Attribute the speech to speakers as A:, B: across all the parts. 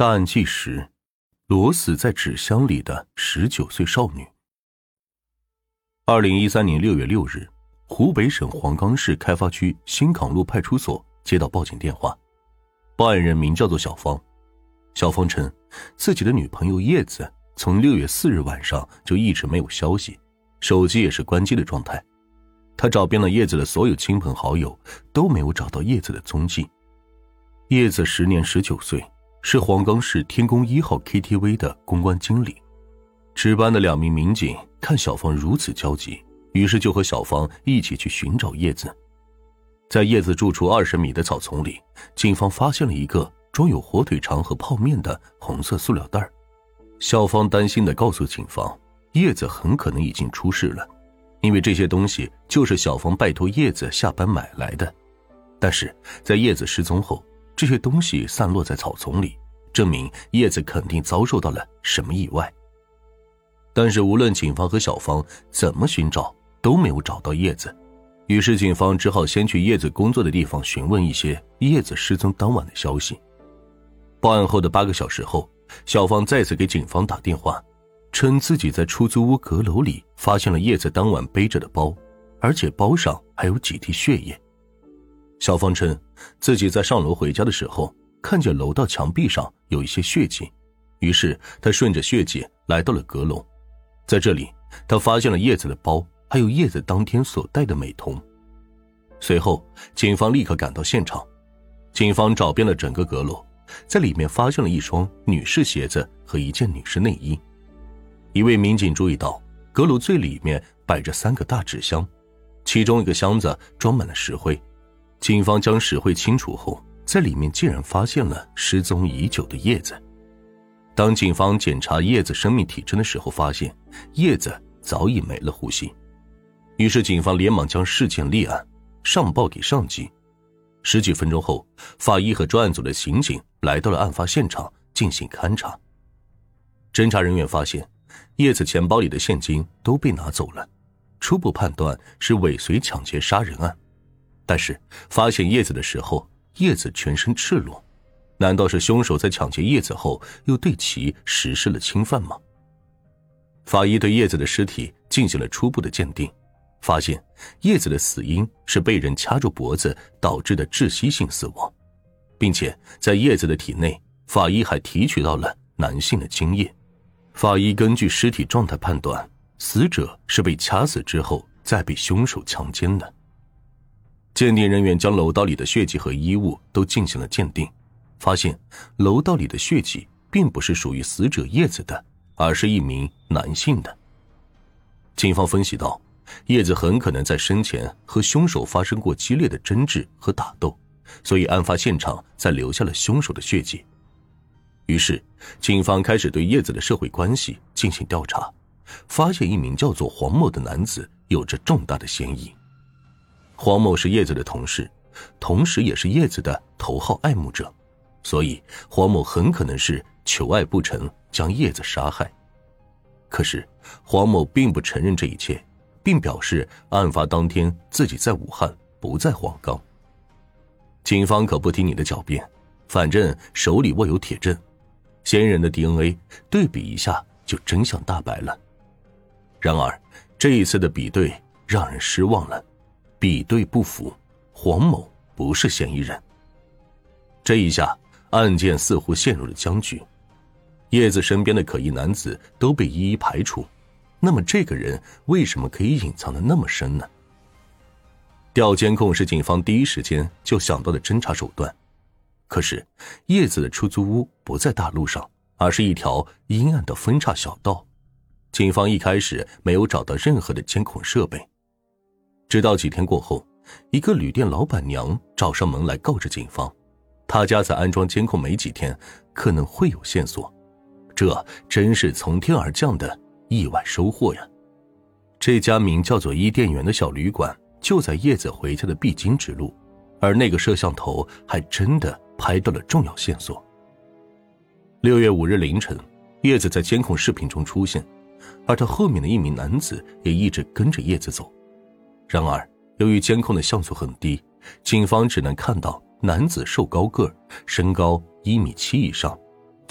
A: 大案纪实：裸死在纸箱里的19岁少女。2013年6月6日，湖北省黄冈市开发区新港路派出所接到报警电话，报案人名叫做小芳。小芳称，自己的女朋友叶子从6月4日晚上就一直没有消息，手机也是关机的状态。她找遍了叶子的所有亲朋好友，都没有找到叶子的踪迹。叶子时年19岁，是黄冈市天宫1号 KTV 的公关经理。值班的2名民警看小芳如此焦急，于是就和小芳一起去寻找叶子。在叶子住处20米的草丛里，警方发现了一个装有火腿肠和泡面的红色塑料袋。校方担心地告诉警方，叶子很可能已经出事了，因为这些东西就是小芳拜托叶子下班买来的。但是在叶子失踪后，这些东西散落在草丛里，证明叶子肯定遭受到了什么意外。但是无论警方和小芳怎么寻找，都没有找到叶子。于是警方只好先去叶子工作的地方询问一些叶子失踪当晚的消息。报案后的8个小时后，小芳再次给警方打电话，称自己在出租屋阁楼里发现了叶子当晚背着的包，而且包上还有几滴血液。小芳称，自己在上楼回家的时候，看见楼道墙壁上有一些血迹，于是她顺着血迹来到了阁楼。在这里，她发现了叶子的包，还有叶子当天所戴的美瞳。随后，警方立刻赶到现场。警方找遍了整个阁楼，在里面发现了一双女士鞋子和一件女士内衣。一位民警注意到，阁楼最里面摆着3个大纸箱，其中一个箱子装满了石灰。警方将石灰清除后，在里面竟然发现了失踪已久的叶子。当警方检查叶子生命体征的时候，发现叶子早已没了呼吸。于是警方连忙将事件立案，上报给上级。10几分钟后，法医和专案组的刑警来到了案发现场进行勘查。侦查人员发现，叶子钱包里的现金都被拿走了，初步判断是尾随抢劫杀人案。但是发现叶子的时候，叶子全身赤裸，难道是凶手在抢劫叶子后又对其实施了侵犯吗？法医对叶子的尸体进行了初步的鉴定，发现叶子的死因是被人掐住脖子导致的窒息性死亡，并且在叶子的体内，法医还提取到了男性的精液。法医根据尸体状态判断，死者是被掐死之后再被凶手强奸的。鉴定人员将楼道里的血迹和衣物都进行了鉴定，发现楼道里的血迹并不是属于死者叶子的，而是一名男性的。警方分析到，叶子很可能在生前和凶手发生过激烈的争执和打斗，所以案发现场才留下了凶手的血迹。于是警方开始对叶子的社会关系进行调查，发现一名叫做黄某的男子有着重大的嫌疑。黄某是叶子的同事，同时也是叶子的头号爱慕者，所以黄某很可能是求爱不成，将叶子杀害。可是黄某并不承认这一切，并表示案发当天自己在武汉，不在黄冈。警方可不听你的狡辩，反正手里握有铁证，嫌疑人的 DNA 对比一下就真相大白了。然而这一次的比对让人失望了，比对不符，黄某不是嫌疑人。这一下案件似乎陷入了僵局，叶子身边的可疑男子都被一一排除，那么这个人为什么可以隐藏得那么深呢？调监控是警方第一时间就想到的侦查手段，可是叶子的出租屋不在大路上，而是一条阴暗的分岔小道，警方一开始没有找到任何的监控设备。直到几天过后，一个旅店老板娘找上门来告知警方，她家才安装监控没几天，可能会有线索。这真是从天而降的意外收获呀！这家名叫做伊甸园的小旅馆就在叶子回家的必经之路，而那个摄像头还真的拍到了重要线索。6月5日凌晨，叶子在监控视频中出现，而他后面的一名男子也一直跟着叶子走。然而由于监控的像素很低，警方只能看到男子瘦高个，身高1.7米以上，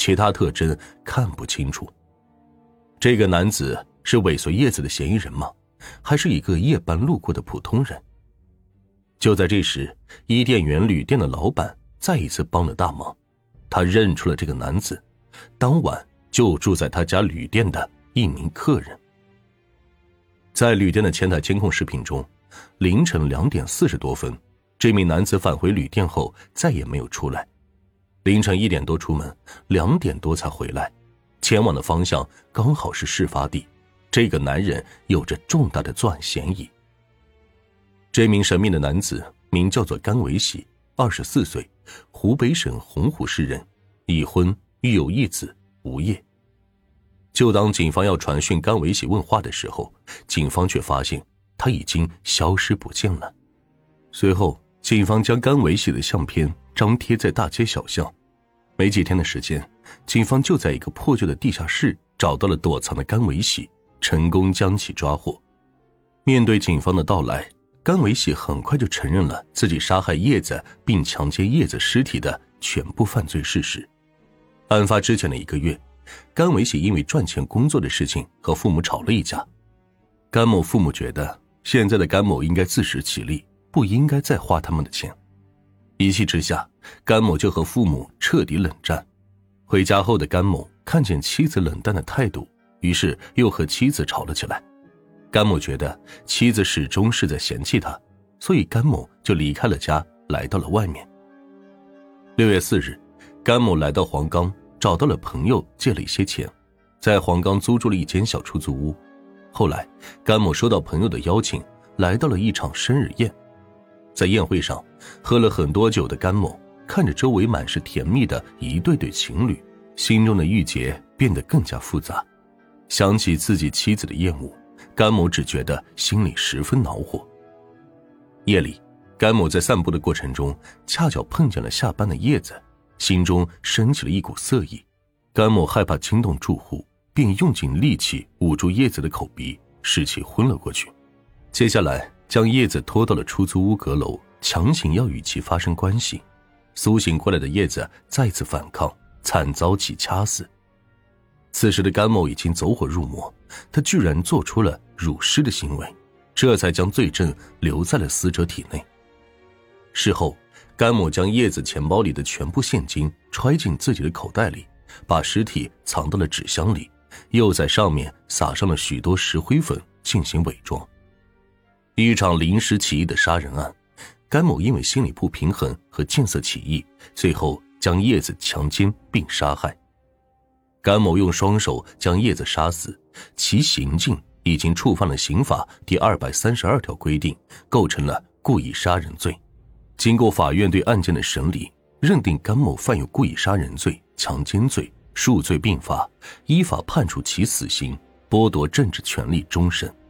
A: 其他特征看不清楚。这个男子是尾随叶子的嫌疑人吗？还是一个夜班路过的普通人？就在这时，伊甸园旅店的老板再一次帮了大忙，他认出了这个男子，当晚就住在他家旅店的一名客人。在旅店的前台监控视频中，凌晨2点40多分，这名男子返回旅店后再也没有出来。凌晨1点多出门，2点多才回来，前往的方向刚好是事发地。这个男人有着重大的作案嫌疑。这名神秘的男子名叫做甘维喜，24岁，湖北省洪湖市人，已婚，育有一子，无业。就当警方要传讯甘维喜问话的时候，警方却发现他已经消失不见了。随后警方将甘维喜的相片张贴在大街小巷，没几天的时间，警方就在一个破旧的地下室找到了躲藏的甘维喜，成功将其抓获。面对警方的到来，甘维喜很快就承认了自己杀害叶子并强奸叶子尸体的全部犯罪事实。案发之前的1个月，甘维喜因为赚钱工作的事情和父母吵了一架。甘某父母觉得现在的甘某应该自食其力，不应该再花他们的钱。一气之下，甘某就和父母彻底冷战。回家后的甘某看见妻子冷淡的态度，于是又和妻子吵了起来。甘某觉得妻子始终是在嫌弃他，所以甘某就离开了家，来到了外面。6月4日，甘某来到黄冈，找到了朋友借了一些钱，在黄冈租住了一间小出租屋。后来甘某收到朋友的邀请，来到了一场生日宴。在宴会上，喝了很多酒的甘某看着周围满是甜蜜的一对对情侣，心中的郁结变得更加复杂。想起自己妻子的厌恶，甘某只觉得心里十分恼火。夜里，甘某在散步的过程中恰巧碰见了下班的叶子，心中升起了一股色意。甘某害怕惊动住户，便用尽力气捂住叶子的口鼻，使其昏了过去。接下来将叶子拖到了出租屋阁楼，强行要与其发生关系。苏醒过来的叶子再次反抗，惨遭其掐死。此时的甘某已经走火入魔，他居然做出了辱尸的行为，这才将罪证留在了死者体内。事后，甘某将叶子钱包里的全部现金揣进自己的口袋里，把尸体藏到了纸箱里，又在上面撒上了许多石灰粉进行伪装。一场临时起意的杀人案，甘某因为心理不平衡和见色起意，最后将叶子强奸并杀害。甘某用双手将叶子杀死，其行径已经触犯了刑法第232条规定，构成了故意杀人罪。经过法院对案件的审理，认定甘某犯有故意杀人罪、强奸罪，数罪并罚，依法判处其死刑，剥夺政治权利终身。